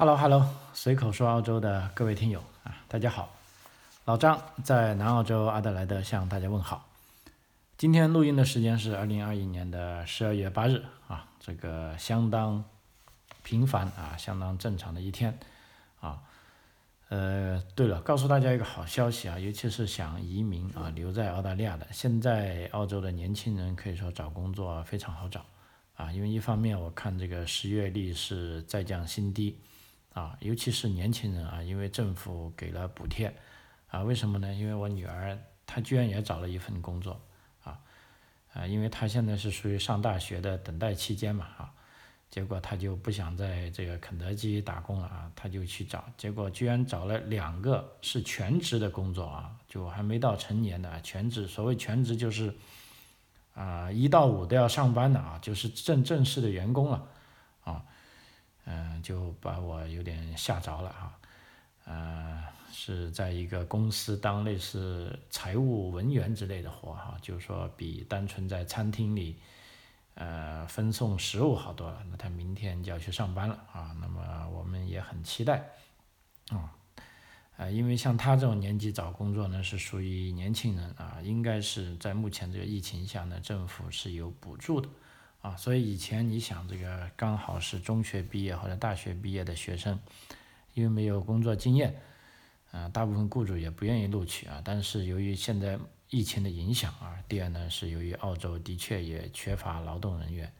Hello，随口说澳洲的各位听友啊，大家好，老张在南澳洲阿德莱德向大家问好。今天录音的时间是2021年的12月8日啊，这个相当平凡啊，相当正常的一天啊。对了，告诉大家一个好消息啊，尤其是想移民啊留在澳大利亚的，现在澳洲的年轻人可以说找工作非常好找啊，因为一方面我看这个失业率是再降新低。尤其是年轻人啊，因为政府给了补贴啊，为什么呢？因为我女儿她居然也找了一份工作因为她现在是属于上大学的等待期间嘛结果她就不想在这个肯德基打工了她就去找，结果居然找了2个是全职的工作就还没到成年的全职，所谓全职就是1到5都要上班的就是正式的员工了就把我有点吓着了是在一个公司当类似财务文员之类的活就是说比单纯在餐厅里分送食物好多了。那他明天就要去上班了那么我们也很期待因为像他这种年纪找工作呢是属于年轻人应该是在目前这个疫情下呢，政府是有补助的所以以前你想这个刚好是中学毕业或者大学毕业的学生，因为没有工作经验大部分雇主也不愿意录取但是由于现在疫情的影响第二呢是由于澳洲的确也缺乏劳动人员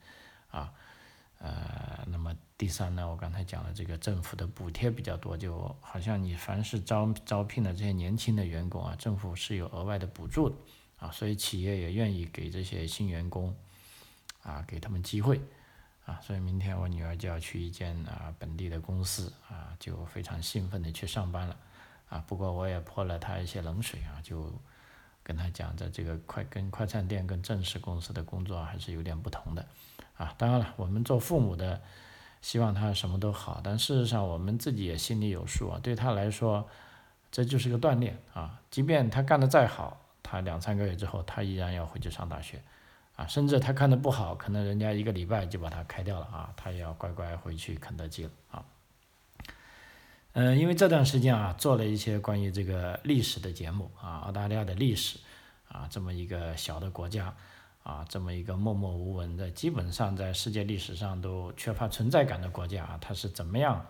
那么第三呢，我刚才讲了这个政府的补贴比较多，就好像你凡是招聘的这些年轻的员工政府是有额外的补助的所以企业也愿意给这些新员工给他们机会所以明天我女儿就要去一间本地的公司就非常兴奋的去上班了不过我也泼了她一些冷水就跟她讲在这个跟快餐店跟正式公司的工作还是有点不同的当然了，我们做父母的希望她什么都好，但事实上我们自己也心里有数对她来说这就是个锻炼即便她干得再好，她2-3个月之后她依然要回去上大学甚至他看得不好，可能人家1个礼拜就把他开掉了他也要乖乖回去肯德基了因为这段时间做了一些关于这个历史的节目澳大利亚的历史这么一个小的国家这么一个默默无闻的，基本上在世界历史上都缺乏存在感的国家它是怎么样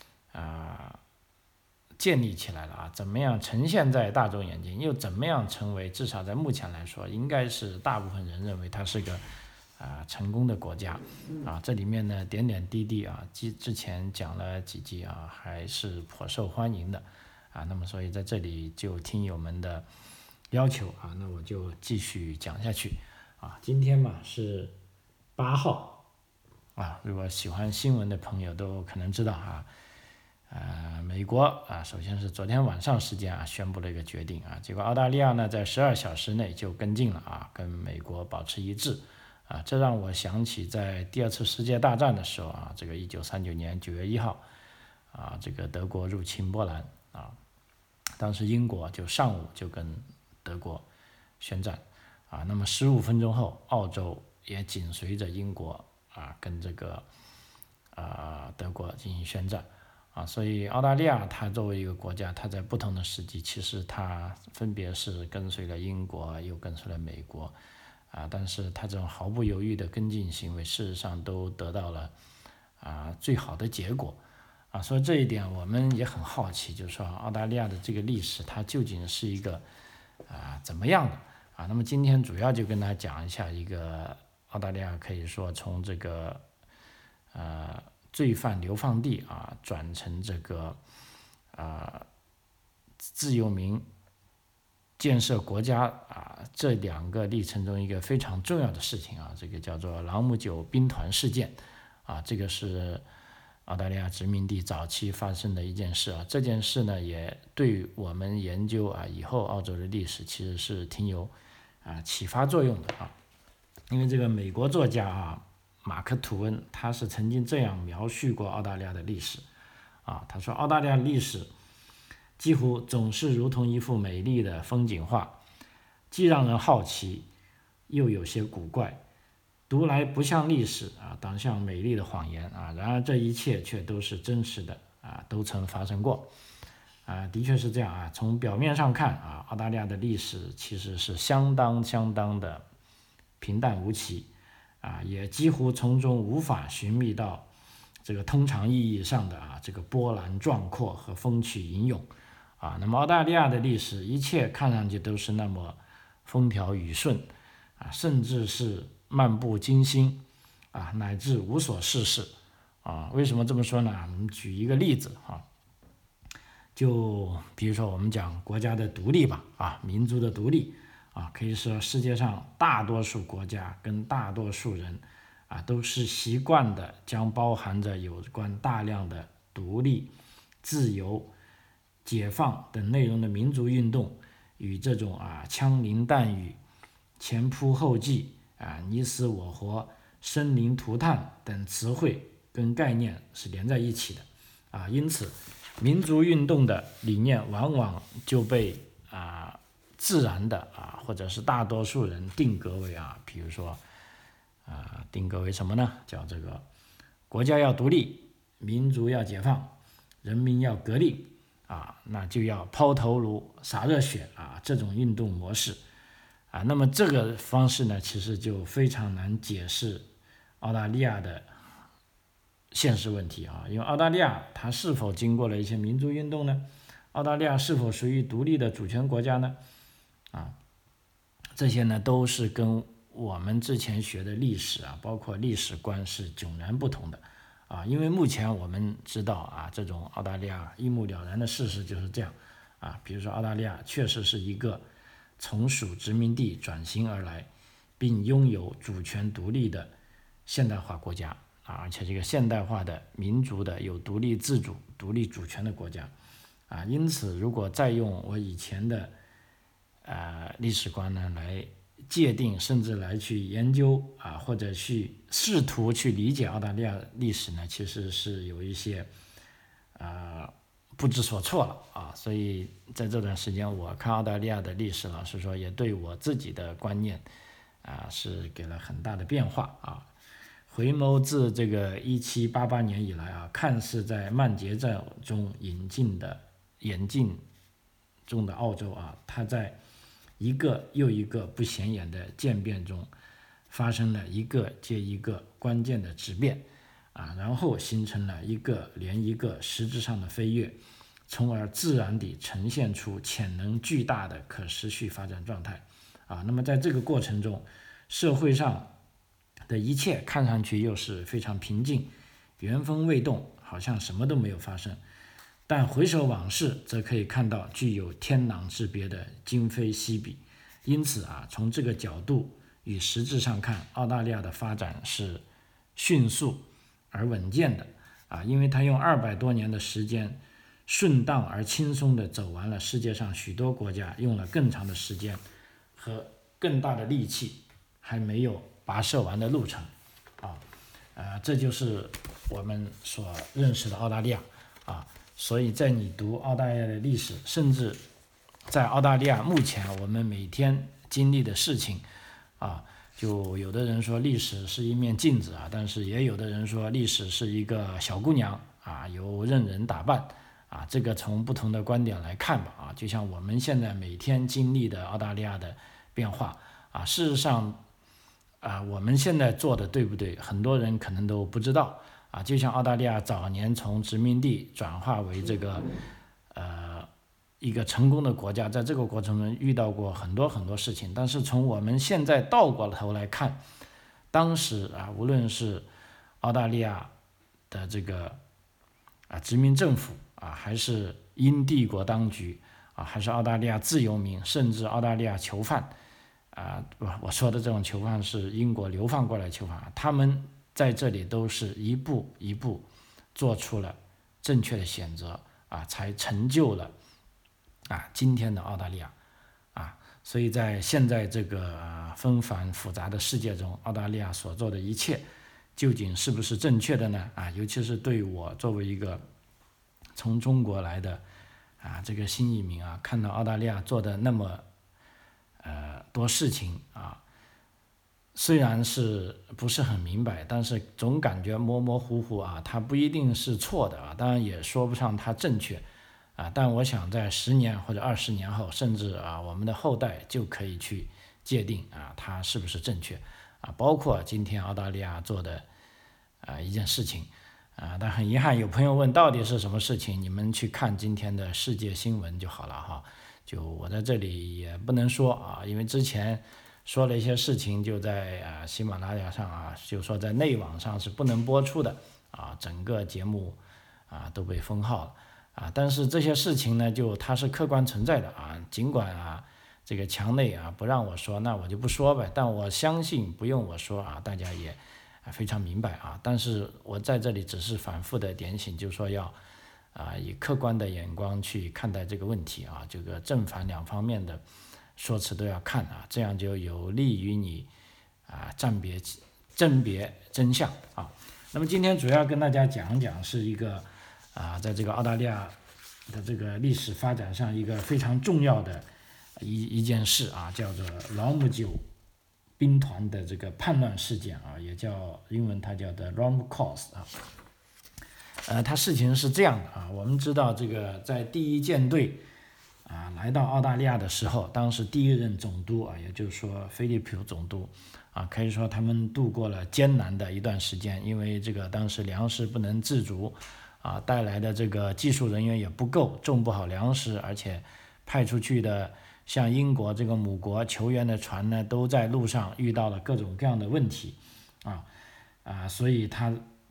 建立起来了怎么样呈现在大众眼前，又怎么样成为至少在目前来说应该是大部分人认为它是个成功的国家这里面呢点点滴滴之前讲了几集还是颇受欢迎的那么所以在这里就听友们的要求那我就继续讲下去今天嘛是8号如果喜欢新闻的朋友都可能知道美国首先是昨天晚上时间宣布了一个决定结果澳大利亚呢在12小时内就跟进了跟美国保持一致这让我想起在第2次世界大战的时候这个1939年9月1号这个德国入侵波兰当时英国就上午就跟德国宣战那么15分钟后澳洲也紧随着英国跟这个德国进行宣战所以澳大利亚它作为一个国家，它在不同的时期其实它分别是跟随了英国又跟随了美国但是它这种毫不犹豫的跟进行为事实上都得到了最好的结果所以这一点我们也很好奇，就是说澳大利亚的这个历史它究竟是一个怎么样的那么今天主要就跟大家讲一下一个澳大利亚可以说从这个罪犯流放地转成这个自由民建设国家这2个历程中一个非常重要的事情这个叫做朗姆酒兵团事件这个是澳大利亚殖民地早期发生的一件事这件事呢也对我们研究以后澳洲的历史其实是挺有启发作用的因为这个美国作家马克·吐温他是曾经这样描述过澳大利亚的历史他说澳大利亚的历史几乎总是如同一幅美丽的风景画，既让人好奇又有些古怪，读来不像历史当像美丽的谎言然而这一切却都是真实的都曾发生过。的确是这样啊。从表面上看澳大利亚的历史其实是相当的平淡无奇也几乎从中无法寻觅到这个通常意义上的这个波澜壮阔和风起云涌那么澳大利亚的历史一切看上去都是那么风调雨顺甚至是漫不经心乃至无所事事为什么这么说呢？我们举一个例子就比如说我们讲国家的独立吧民族的独立可以说世界上大多数国家跟大多数人都是习惯的将包含着有关大量的独立、自由、解放等内容的民族运动与这种枪林弹雨、前仆后继你死我活、生灵涂炭等词汇跟概念是连在一起的因此民族运动的理念往往就被自然的或者是大多数人定格为比如说定格为什么呢？叫这个国家要独立，民族要解放，人民要革命那就要抛头颅洒热血这种运动模式那么这个方式呢，其实就非常难解释澳大利亚的现实问题因为澳大利亚它是否经过了一些民族运动呢？澳大利亚是否属于独立的主权国家呢？这些呢都是跟我们之前学的历史包括历史观是迥然不同的因为目前我们知道这种澳大利亚一目了然的事实就是这样比如说澳大利亚确实是一个从属殖民地转型而来并拥有主权独立的现代化国家而且这个现代化的民族的有独立自主、独立主权的国家因此如果再用我以前的历史观呢来界定甚至来去研究或者去试图去理解澳大利亚历史呢，其实是有一些不知所措了所以在这段时间我看澳大利亚的历史，老实说也对我自己的观念是给了很大的变化回眸自这个1788年以来看似在曼捷战中演进中的澳洲它在一个又一个不显眼的渐变中发生了一个接一个关键的质变然后形成了一个连一个实质上的飞跃，从而自然地呈现出潜能巨大的可持续发展状态那么在这个过程中，社会上的一切看上去又是非常平静，原封未动，好像什么都没有发生。但回首往事，则可以看到具有天壤之别的今非昔比。因此从这个角度与实质上看，澳大利亚的发展是迅速而稳健的因为它用200多年的时间，顺当而轻松地走完了世界上许多国家用了更长的时间和更大的力气还没有跋涉完的路程这就是我们所认识的澳大利亚所以在你读澳大利亚的历史，甚至在澳大利亚目前我们每天经历的事情就有的人说历史是一面镜子但是也有的人说历史是一个小姑娘由任人打扮这个从不同的观点来看吧就像我们现在每天经历的澳大利亚的变化事实上我们现在做的对不对，很多人可能都不知道就像澳大利亚早年从殖民地转化为这个一个成功的国家，在这个过程中遇到过很多事情，但是从我们现在倒过头来看，当时无论是澳大利亚的这个殖民政府还是英帝国当局还是澳大利亚自由民，甚至澳大利亚囚犯我说的这种囚犯是英国流放过来囚犯他们在这里都是一步一步做出了正确的选择才成就了今天的澳大利亚所以在现在这个纷繁复杂的世界中，澳大利亚所做的一切究竟是不是正确的呢尤其是对我作为一个从中国来的这个新移民看到澳大利亚做的那么多事情虽然是不是很明白，但是总感觉模模糊糊啊，它不一定是错的啊，当然也说不上它正确啊，但我想在10年或者20年后，甚至啊我们的后代就可以去界定啊它是不是正确啊，包括今天澳大利亚做的一件事情啊，但很遗憾有朋友问到底是什么事情，你们去看今天的世界新闻就好了哈，就我在这里也不能说啊，因为之前说了一些事情，就在喜马拉雅上啊，就说在内网上是不能播出的啊，整个节目都被封号了啊。但是这些事情呢，就它是客观存在的啊，尽管这个墙内不让我说，那我就不说呗。但我相信不用我说啊，大家也非常明白啊。但是我在这里只是反复的点醒，就是说要以客观的眼光去看待这个问题啊，这个正反两方面的说辞都要看啊，这样就有利于你甄别真相啊。那么今天主要跟大家讲讲是一个在这个澳大利亚的这个历史发展上一个非常重要的一件事啊，叫做劳姆9兵团的这个叛乱事件啊，也叫英文它叫的 Rom Cause 啊。它事情是这样的啊，我们知道这个在第一舰队来到澳大利亚的时候，当时第一任总督也就是说菲利普总督可以说他们度过了艰难的一段时间，因为这个当时粮食不能自足带来的这个技术人员也不够，种不好粮食，而且派出去的像英国这个母国求援的船呢，都在路上遇到了各种各样的问题所以他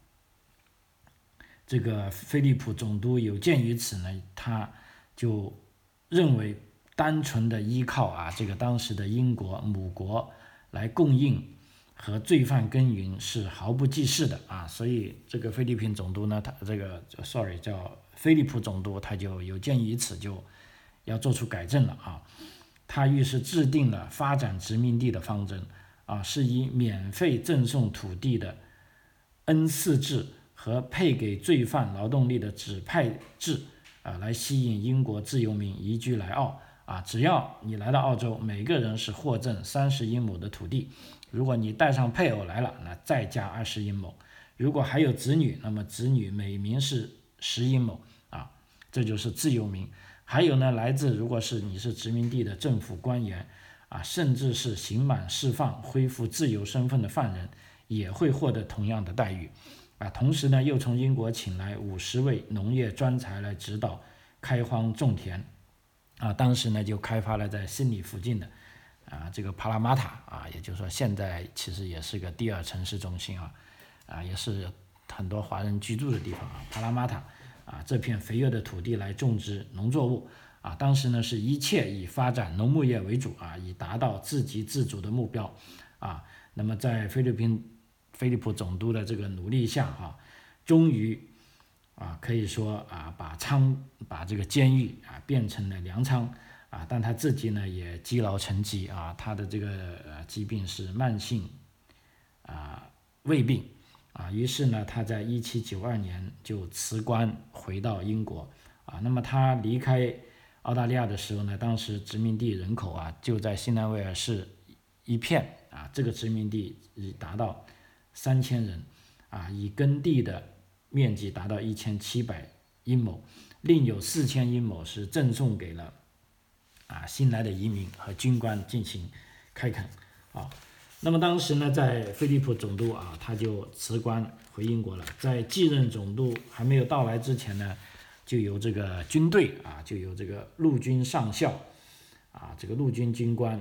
这个菲利普总督有鉴于此呢，他就认为单纯的依靠这个当时的英国母国来供应和罪犯耕耘是毫不济事的所以这个菲律宾总督呢，他这个叫菲利普总督，他就有鉴于此，就要做出改正了他于是制定了发展殖民地的方针是以免费赠送土地的恩赐制和配给罪犯劳动力的指派制来吸引英国自由民移居来澳只要你来到澳洲，每个人是获赠30英亩的土地，如果你带上配偶来了，那再加20英亩，如果还有子女，那么子女每名是10英亩这就是自由民。还有呢，来自如果是你是殖民地的政府官员甚至是刑满释放恢复自由身份的犯人，也会获得同样的待遇同时呢，又从英国请来50位农业专才来指导开荒种田当时呢就开发了在悉尼附近的这个帕拉马塔也就是说现在其实也是个第2城市中心也是很多华人居住的地方帕拉马塔这片肥沃的土地来种植农作物当时呢是一切以发展农牧业为主以达到自给自足的目标那么在菲利普总督的这个努力下终于可以说把这个监狱变成了粮仓但他自己呢也积劳成疾他的这个疾病是慢性胃病于是呢他在1792年就辞官回到英国那么他离开澳大利亚的时候呢，当时殖民地人口就在新南威尔士一片这个殖民地已达到3000人以耕地的面积达到1700英亩，另有4000英亩是赠送给了新来的移民和军官进行开垦那么当时呢，在菲利普总督他就辞官回英国了。在继任总督还没有到来之前呢，就由这个军队就由这个陆军上校这个陆军军官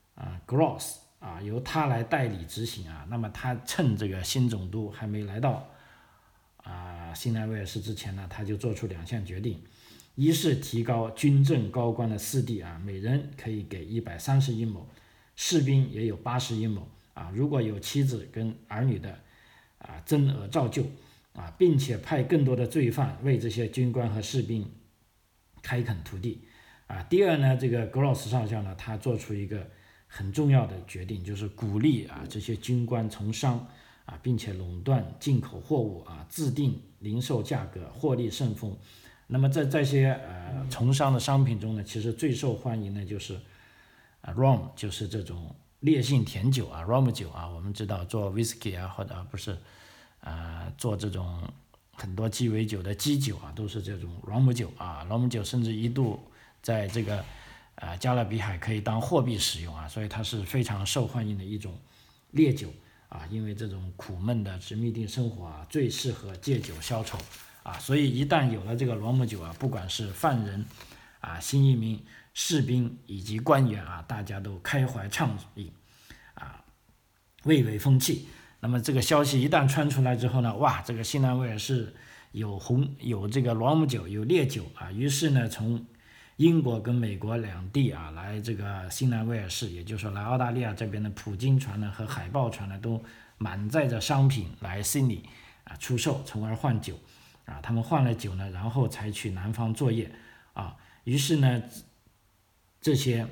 Gross由他来代理执行那么他趁这个新总督还没来到新南威尔士之前呢，他就做出2项决定，一是提高军政高官的私地每人可以给130英亩，士兵也有80英亩如果有妻子跟儿女的增额照旧并且派更多的罪犯为这些军官和士兵开垦土地第二呢，这个格罗斯上校呢，他做出一个很重要的决定，就是鼓励这些军官从商并且垄断进口货物制定零售价格，获利甚丰。那么在这些从商的商品中呢，其实最受欢迎的就是rum， 就是这种烈性甜酒啊 rum 酒啊，我们知道做 whisky 啊，或者不是做这种很多鸡尾酒的基酒啊，都是这种 rum 酒啊 rum 酒甚至一度在这个加勒比海可以当货币使用啊，所以它是非常受欢迎的一种烈酒啊，因为这种苦闷的殖民地生活啊，最适合借酒消愁啊，所以一旦有了这个 rum 酒啊，不管是犯人啊、新移民、士兵以及官员啊，大家都开怀畅饮啊，蔚为风气。那么这个消息一旦传出来之后呢，哇，这个新南威尔士有这个 rum 酒，有烈酒啊，于是呢，从英国跟美国两地啊来这个新南威尔士，也就是说来澳大利亚这边的普京船呢和海豹船呢都满载着商品来悉尼出售，从而换酒啊，他们换了酒呢，然后才去南方作业啊，于是呢，这些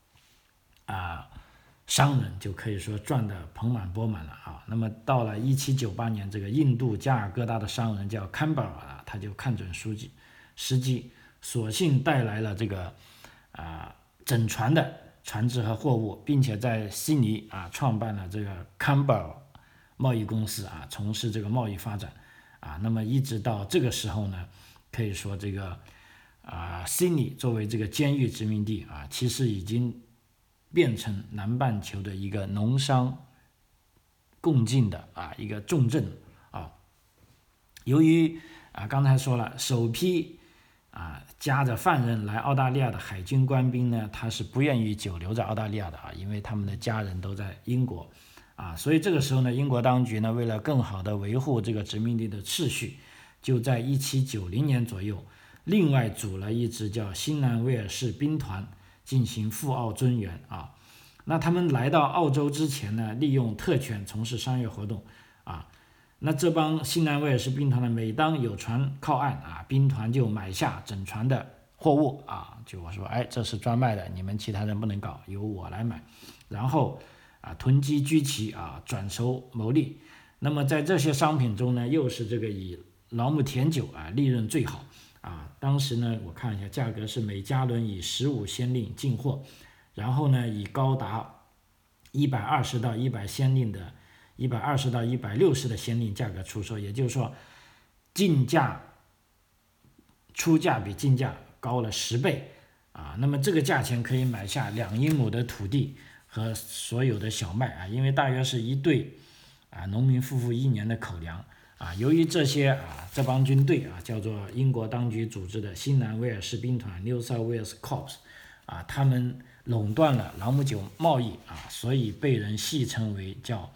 商人就可以说赚得盆满钵满了啊。那么到了1798年，这个印度加尔各答的商人叫坎贝尔啊，他就看准时机，索性带来了这个整船的船只和货物，并且在悉尼创办了这个坎贝尔贸易公司啊，从事这个贸易发展啊。那么一直到这个时候呢，可以说这个悉尼作为这个监狱殖民地啊，其实已经变成南半球的一个农商共进的一个重镇啊。由于刚才说了，首批夹着犯人来澳大利亚的海军官兵呢，他是不愿意久留在澳大利亚的因为他们的家人都在英国所以这个时候呢，英国当局呢为了更好的维护这个殖民地的秩序，就在1790年左右另外组了一支叫新南威尔士兵团进行赴澳增援那他们来到澳洲之前呢，利用特权从事商业活动那这帮新南威尔士兵团呢，每当有船靠岸兵团就买下整船的货物就我说这是专卖的，你们其他人不能搞，由我来买，然后囤积居奇转手牟利。那么在这些商品中呢，又是这个以朗姆甜酒利润最好当时呢我看一下价格是每加仑以15先令进货，然后呢以高达120到160的先令价格出售，也就是说出价比进价高了10倍那么这个价钱可以买下2英亩的土地和所有的小麦因为大约是一对农民夫妇1年的口粮由于这帮军队叫做英国当局组织的新南威尔士兵团 New South Wales Corps 他们垄断了朗姆酒贸易所以被人戏称为叫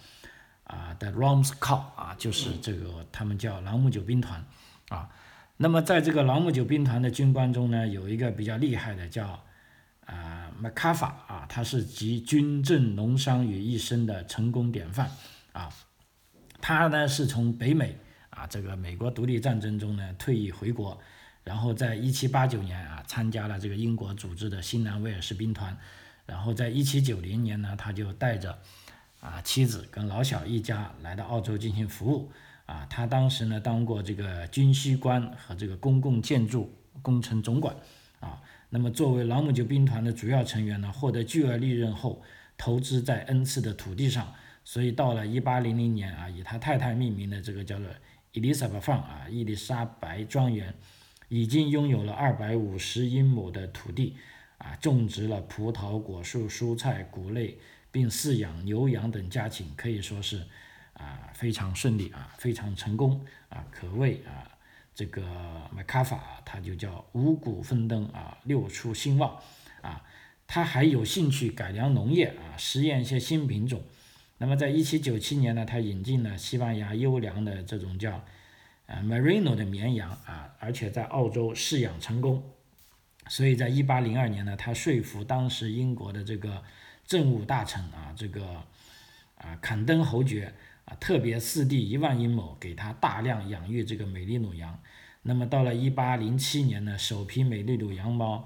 The Rum's Corps 就是这个他们叫朗姆酒兵团那么在这个朗姆酒兵团的军官中呢，有一个比较厉害的叫麦卡法他是集军政农商于一身的成功典范他呢是从北美这个美国独立战争中呢退役回国，然后在1789年参加了这个英国组织的新南威尔士兵团，然后在1790年呢他就带着妻子跟老小一家来到澳洲进行服务他当时呢当过这个军需官和这个公共建筑工程总管那么作为朗姆酒兵团的主要成员呢，获得巨额利润后投资在恩赐的土地上，所以到了1800年以他太太命名的这个叫做 Elizabeth Farm 伊丽莎白庄园，已经拥有了250英亩的土地种植了葡萄、果树、蔬菜、谷类，并饲养牛羊等家禽，可以说是非常顺利非常成功可谓这个麦卡法他就叫五谷丰登六畜兴旺他还有兴趣改良农业实验一些新品种。那么在1797年呢，他引进了西班牙优良的这种叫Merino 的绵羊而且在澳洲饲养成功，所以在1802年呢，他说服当时英国的这个政务大臣这个坎登侯爵特别赐地1万英亩给他大量养育这个美利努羊。那么到了1807年呢，首批美利努羊毛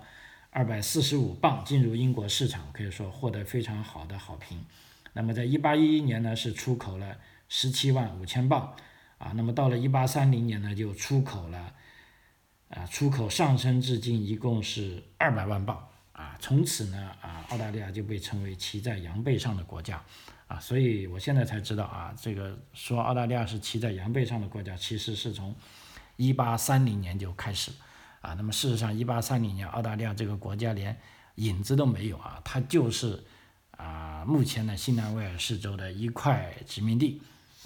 245磅进入英国市场，可以说获得非常好的好评。那么在1811年呢是出口了17万5千磅那么到了1830年呢就出口上升至今一共是200万磅从此呢澳大利亚就被称为骑在羊背上的国家所以我现在才知道这个说澳大利亚是骑在羊背上的国家，其实是从1830年就开始那么事实上1830年澳大利亚这个国家连影子都没有它就是目前的新南威尔士州的一块殖民地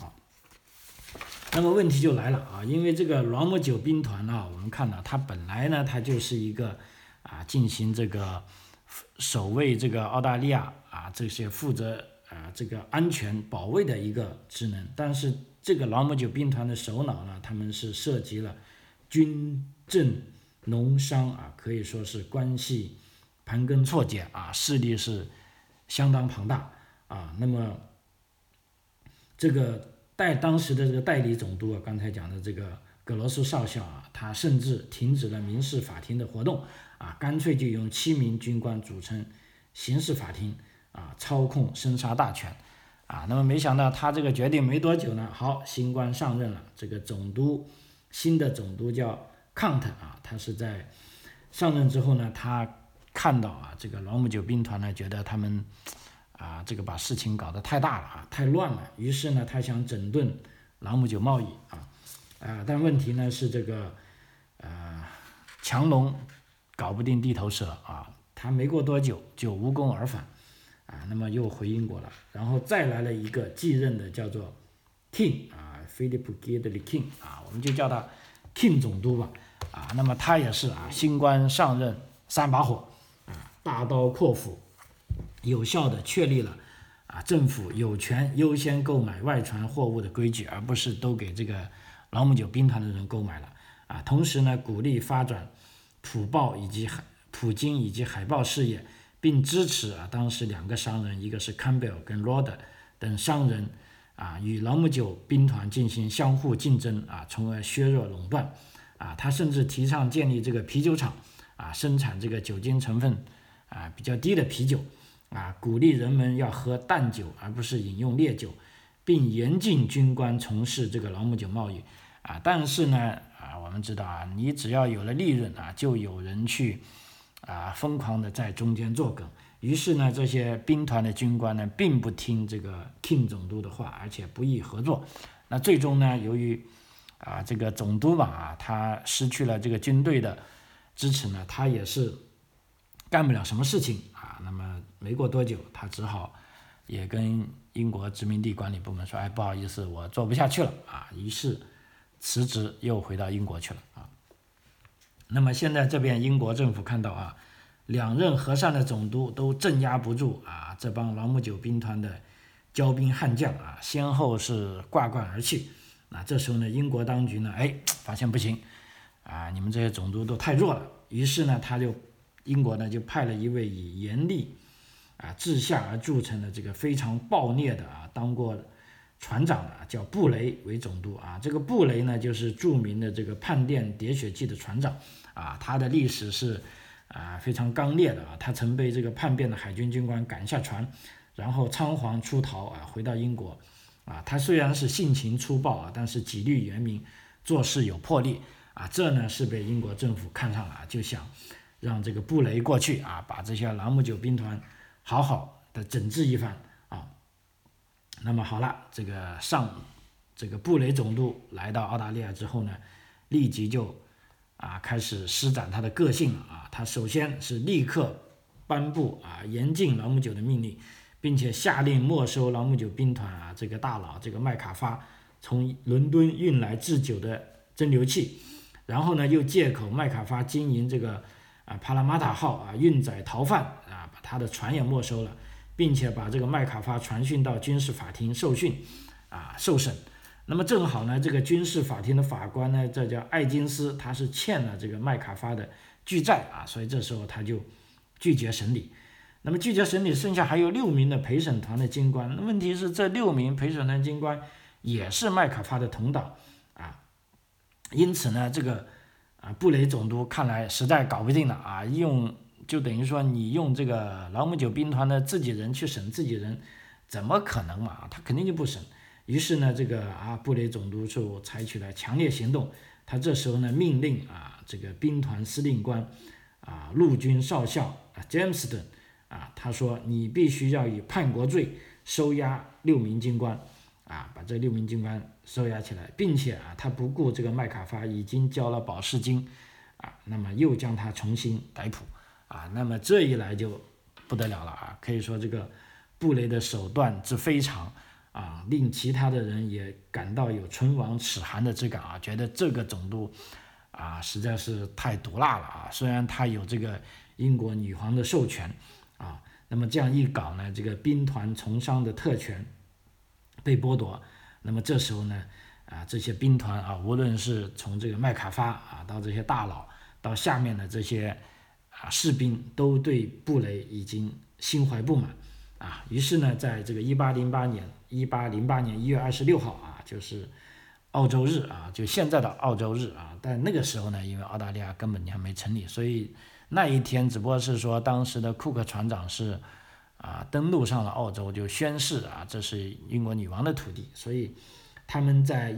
那么问题就来了因为这个朗姆酒兵团我们看到它本来呢它就是一个进行这个守卫这个澳大利亚这些负责这个安全保卫的一个职能，但是这个朗姆酒兵团的首脑呢，他们是涉及了军政农商可以说是关系盘根错节势力是相当庞大那么这个当时的这个代理总督刚才讲的这个葛罗斯少校他甚至停止了民事法庭的活动干脆就用7名军官组成刑事法庭操控生杀大权那么没想到他这个决定没多久呢，好，新官上任了，这个新的总督叫康特他是在上任之后呢，他看到这个朗姆酒兵团呢，觉得他们这个把事情搞得太大了太乱了，于是呢他想整顿朗姆酒贸易但问题呢是这个强龙搞不定地头蛇他没过多久就无功而返那么又回英国了，然后再来了一个继任的叫做 King Philip Gidley King 我们就叫他 King 总督吧那么他也是新官上任3把火大刀阔斧，有效的确立了政府有权优先购买外传货物的规矩，而不是都给这个朗姆酒兵团的人购买了同时呢鼓励发展普京以及海豹事业，并支持当时2个商人，一个是 Campbell 跟 Lauder 等商人与朗姆酒兵团进行相互竞争从而削弱垄断他甚至提倡建立这个啤酒厂生产这个酒精成分比较低的啤酒鼓励人们要喝淡酒而不是饮用烈酒，并严禁军官从事这个朗姆酒贸易但是呢我们知道你只要有了利润就有人去疯狂的在中间作梗，于是呢这些兵团的军官呢并不听这个 King 总督的话，而且不易合作。那最终呢由于这个总督他失去了这个军队的支持呢，他也是干不了什么事情那么没过多久他只好也跟英国殖民地管理部门说不好意思我做不下去了于是辞职又回到英国去了那么现在这边英国政府看到2任和善的总督都镇压不住这帮朗姆酒兵团的骄兵悍将先后是挂冠而去这时候呢英国当局呢发现不行你们这些总督都太弱了，于是呢英国呢就派了一位以严厉治下而著称的这个非常暴虐的当过船长叫布雷为总督这个布雷呢就是著名的这个叛变喋血记的船长他的历史是非常刚烈的他曾被这个叛变的海军军官赶下船，然后仓皇出逃回到英国他虽然是性情粗暴但是纪律严明，做事有魄力这呢是被英国政府看上了就想让这个布雷过去把这些朗姆酒兵团好好的整治一番那么好了，这个布雷总督来到澳大利亚之后呢，立即就开始施展他的个性了他首先是立刻颁布严禁朗姆酒的命令，并且下令没收朗姆酒兵团这个大佬这个麦卡发从伦敦运来制酒的蒸馏器，然后呢又借口麦卡发经营这个帕拉马塔号运载逃犯把他的船也没收了，并且把这个麦卡发传讯到军事法庭受审。那么正好呢这个军事法庭的法官呢这叫艾金斯，他是欠了这个麦卡发的巨债所以这时候他就拒绝审理。那么拒绝审理，剩下还有6名的陪审团的军官，那问题是这6名陪审团军官也是麦卡发的同党因此呢这个布雷总督看来实在搞不定了就等于说你用这个朗姆酒兵团的自己人去审自己人，怎么可能嘛？他肯定就不审。于是呢这个布雷总督就采取了强烈行动，他这时候呢命令这个兵团司令官陆军少校Jameston 他说你必须要以叛国罪收押6名军官把这6名军官收押起来，并且他不顾这个麦卡法已经交了保释金那么又将他重新逮捕那么这一来就不得了了可以说这个布雷的手段之非常令其他的人也感到有唇亡齿寒的之感觉得这个总督实在是太毒辣了虽然他有这个英国女皇的授权那么这样一搞呢，这个兵团从商的特权被剥夺，那么这时候呢这些兵团无论是从这个麦卡法到这些大佬，到下面的这些士兵，都对布雷已经心怀不满于是呢，在这个1808年1月26号就是澳洲日就现在的澳洲日但那个时候呢，因为澳大利亚根本就还没成立，所以那一天只不过是说当时的库克船长是登陆上了澳洲，就宣誓这是英国女王的土地，所以他们在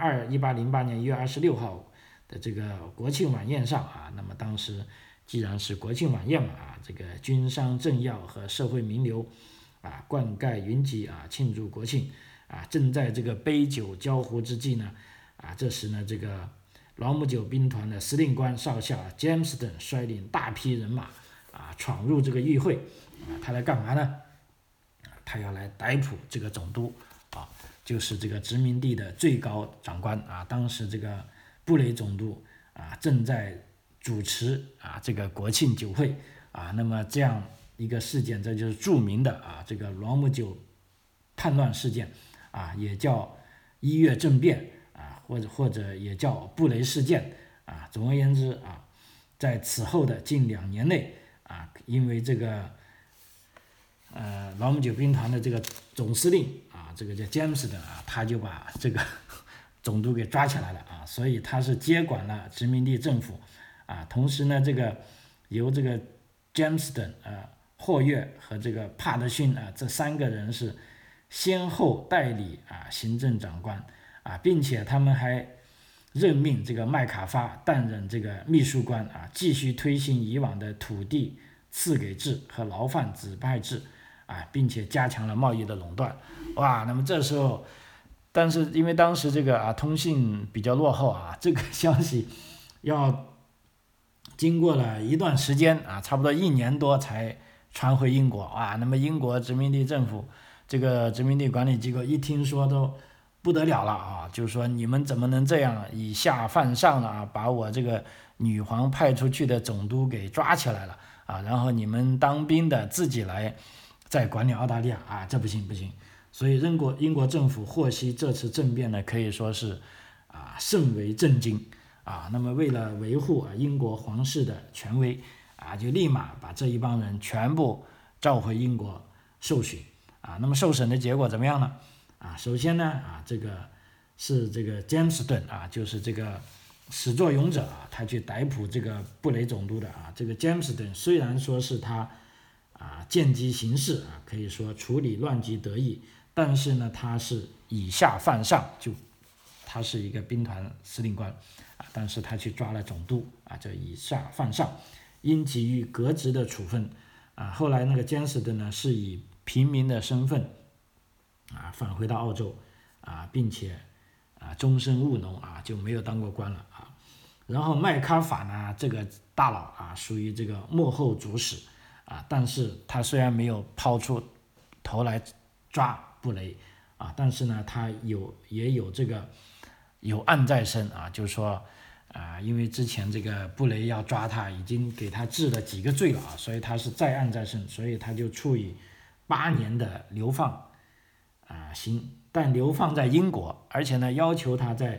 1808年1月26号的这个国庆晚宴上那么当时既然是国庆晚宴嘛这个军商政要和社会名流灌溉云集庆祝国庆正在这个杯酒交壶之际呢这时呢这个朗姆酒兵团的司令官少校Jameston率领大批人马闯入这个议会他来干嘛呢？他要来逮捕这个总督就是这个殖民地的最高长官当时这个布雷总督正在主持这个国庆酒会那么这样一个事件，这就是著名的这个朗姆酒叛乱事件也叫1月政变或者也叫布雷事件总而言之在此后的近2年内因为这个朗姆酒兵团的这个总司令这个叫詹姆斯的他就把这个总督给抓起来了所以他是接管了殖民地政府同时呢这个由这个詹姆斯顿霍约和这个帕德逊这3个人是先后代理行政长官并且他们还任命这个麦卡法担任这个秘书官继续推行以往的土地赐给制和牢犯指派制并且加强了贸易的垄断那么这时候但是因为当时这个通信比较落后这个消息要经过了一段时间差不多1年多才传回英国那么英国殖民地政府这个殖民地管理机构一听说都不得了了就是说你们怎么能这样以下犯上了把我这个女皇派出去的总督给抓起来了然后你们当兵的自己来再管理澳大利亚这不行，所以英国政府获悉这次政变呢，可以说是甚为震惊那么为了维护英国皇室的权威就立马把这一帮人全部召回英国受审那么受审的结果怎么样呢首先呢这个是这个詹姆斯顿就是这个始作俑者他去逮捕这个布雷总督的这个詹姆斯顿虽然说是他见机行事可以说处理乱局得意，但是呢他是以下犯上，就他是一个兵团司令官但是他去抓了总督这以下犯上，应给予革职的处分后来那个詹姆斯顿呢是以平民的身份返回到澳洲并且终身务农就没有当过官了然后麦卡法呢这个大佬属于这个幕后主使但是他虽然没有抛出头来抓布雷但是呢他也有这个有案在身就是说因为之前这个布雷要抓他已经给他治了几个罪了所以他是在案在身，所以他就处以8年的流放刑，但流放在英国，而且呢要求他在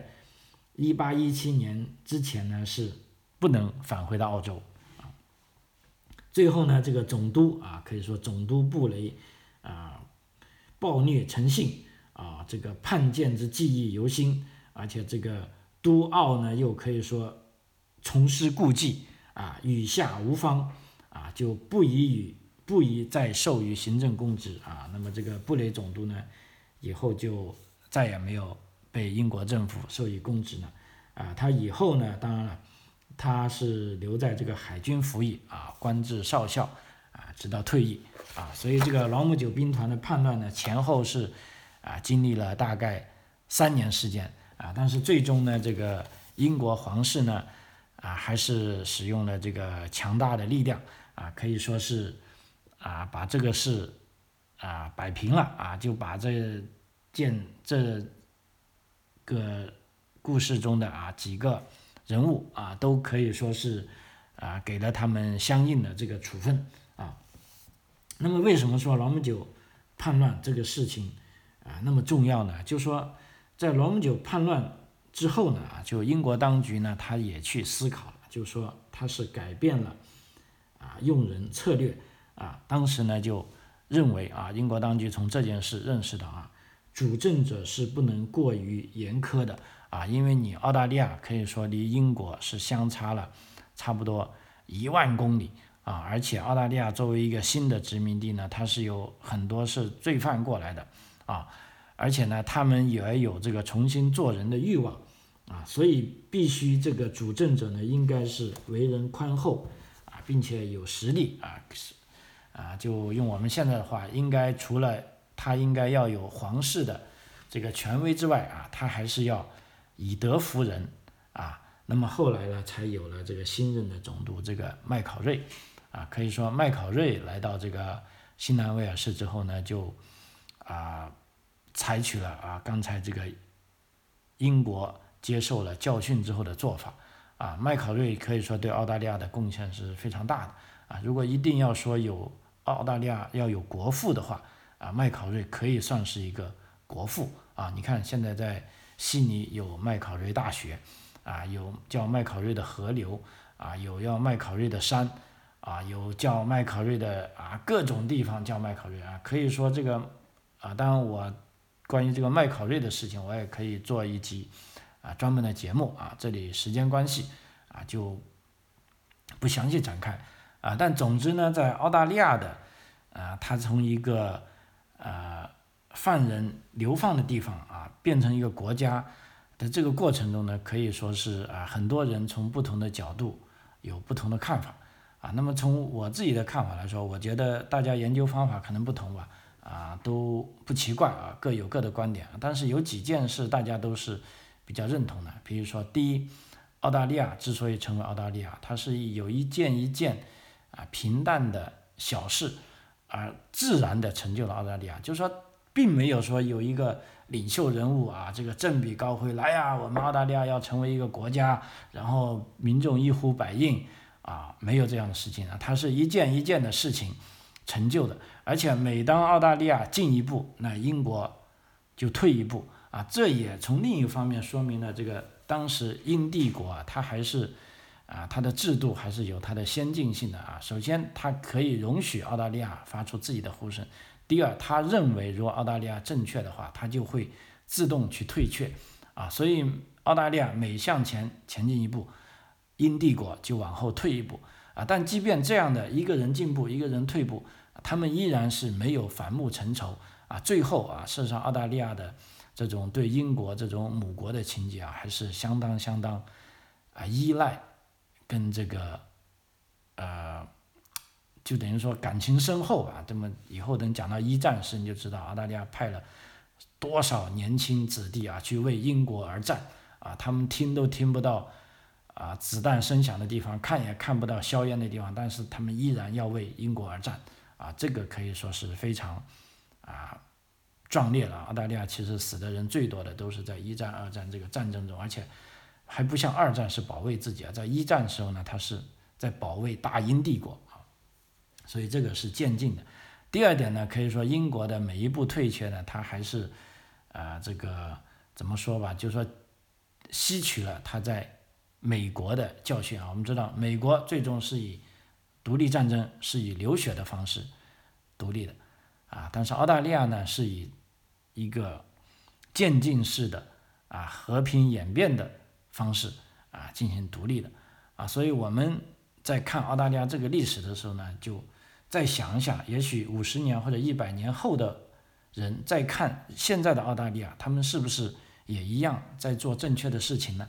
1817年之前呢是不能返回到澳洲最后呢这个总督可以说总督布雷暴虐成性这个叛谏之记忆犹新，而且这个都澳呢又可以说重施故技与下无方就不宜再授予行政公职那么这个布雷总督呢以后就再也没有被英国政府授予公职了他以后呢当然了他是留在这个海军服役啊，官至少校啊，直到退役啊。所以这个朗姆酒兵团的叛乱呢，前后是经历了大概3年时间啊，但是最终呢，这个英国皇室呢还是使用了这个强大的力量啊，可以说是把这个事摆平了啊，就把这个故事中的几个人物都可以说是给了他们相应的这个处分啊。那么为什么说朗姆酒叛乱这个事情那么重要呢？就说在朗姆酒叛乱之后呢就英国当局呢他也去思考了，就说他是改变了用人策略当时呢就认为英国当局从这件事认识到主政者是不能过于严苛的因为你澳大利亚可以说离英国是相差了差不多1万公里而且澳大利亚作为一个新的殖民地呢，它是有很多是罪犯过来的而且呢他们也有这个重新做人的欲望所以必须这个主政者呢应该是为人宽厚并且有实力就用我们现在的话，应该除了他应该要有皇室的这个权威之外他还是要以德服人那么后来呢才有了这个新任的总督这个麦考瑞可以说麦考瑞来到这个新南威尔士之后呢，就采取了刚才这个英国接受了教训之后的做法麦考瑞可以说对澳大利亚的贡献是非常大的如果一定要说有澳大利亚要有国父的话麦考瑞可以算是一个国父你看现在在悉尼有麦考瑞大学有叫麦考瑞的河流有叫麦考瑞的山有叫麦考瑞的各种地方叫麦考瑞可以说这个当然我关于这个麦考瑞的事情我也可以做一集专门的节目这里时间关系就不详细展开但总之呢在澳大利亚的他从一个犯人流放的地方变成一个国家的这个过程中呢，可以说是很多人从不同的角度有不同的看法那么从我自己的看法来说，我觉得大家研究方法可能不同吧都不奇怪各有各的观点但是有几件事大家都是比较认同的。比如说第一，澳大利亚之所以成为澳大利亚，它是有一件一件平淡的小事自然的成就了澳大利亚，就是说并没有说有一个领袖人物这个振臂高挥来我们澳大利亚要成为一个国家，然后民众一呼百应没有这样的事情它是一件一件的事情成就的。而且每当澳大利亚进一步，那英国就退一步这也从另一方面说明了这个当时英帝国它还是它的制度还是有它的先进性的首先它可以容许澳大利亚发出自己的呼声，第二他认为如果澳大利亚正确的话，他就会自动去退却所以澳大利亚每向前进一步，英帝国就往后退一步但即便这样的一个人进步一个人退步，他们依然是没有反目成仇最后事实上澳大利亚的这种对英国这种母国的情节还是相当依赖跟这个就等于说感情深厚这么以后等讲到一战时，你就知道澳大利亚派了多少年轻子弟去为英国而战他们听都听不到子弹声响的地方，看也看不到硝烟的地方，但是他们依然要为英国而战这个可以说是非常壮烈了。澳大利亚其实死的人最多的都是在一战二战这个战争中，而且还不像二战是保卫自己在一战的时候呢，他是在保卫大英帝国所以这个是渐进的。第二点呢，可以说英国的每一步退却呢，它还是这个怎么说吧，就是说吸取了他在美国的教训我们知道美国最终是以独立战争是以流血的方式独立的但是澳大利亚呢是以一个渐进式的和平演变的方式进行独立的所以我们在看澳大利亚这个历史的时候呢，就再想一想，也许50年或者100年后的人再看现在的澳大利亚，他们是不是也一样在做正确的事情呢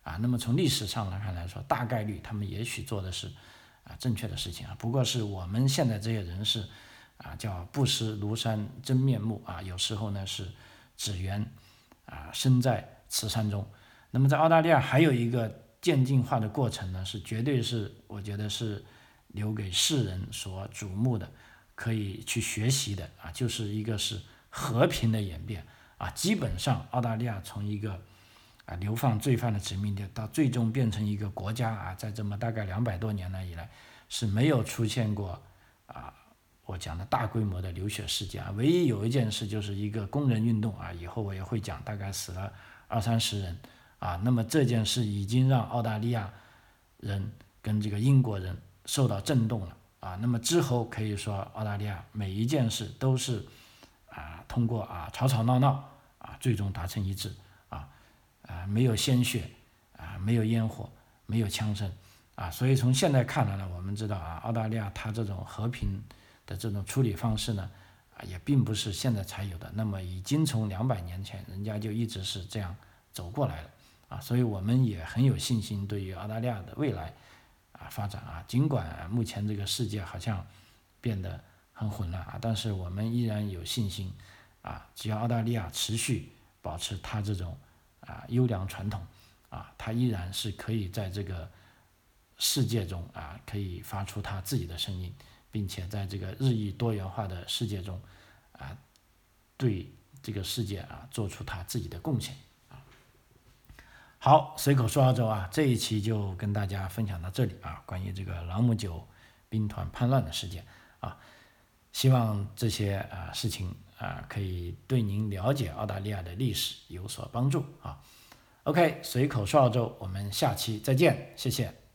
那么从历史上来说，大概率他们也许做的是正确的事情不过是我们现在这些人是叫不识庐山真面目有时候呢是只缘身在此山中。那么在澳大利亚还有一个渐进化的过程呢，是绝对是我觉得是留给世人所瞩目的，可以去学习的就是一个是和平的演变基本上澳大利亚从一个流放罪犯的殖民地到最终变成一个国家在这么大概200多年来以来是没有出现过我讲的大规模的流血事件唯一有一件事就是一个工人运动以后我也会讲，大概死了20-30人那么这件事已经让澳大利亚人跟这个英国人受到震动了那么之后可以说澳大利亚每一件事都是通过吵吵闹闹最终达成一致没有鲜血没有烟火没有枪声所以从现在看来呢，我们知道澳大利亚它这种和平的这种处理方式呢也并不是现在才有的，那么已经从200年前人家就一直是这样走过来了所以我们也很有信心对于澳大利亚的未来发展尽管目前这个世界好像变得很混乱但是我们依然有信心只要澳大利亚持续保持它这种优良传统它依然是可以在这个世界中可以发出它自己的声音，并且在这个日益多元化的世界中对这个世界做出它自己的贡献好，随口说澳洲这一期就跟大家分享到这里关于这个朗姆酒兵团叛乱的事件希望这些事情可以对您了解澳大利亚的历史有所帮助OK， 随口说澳洲，我们下期再见，谢谢。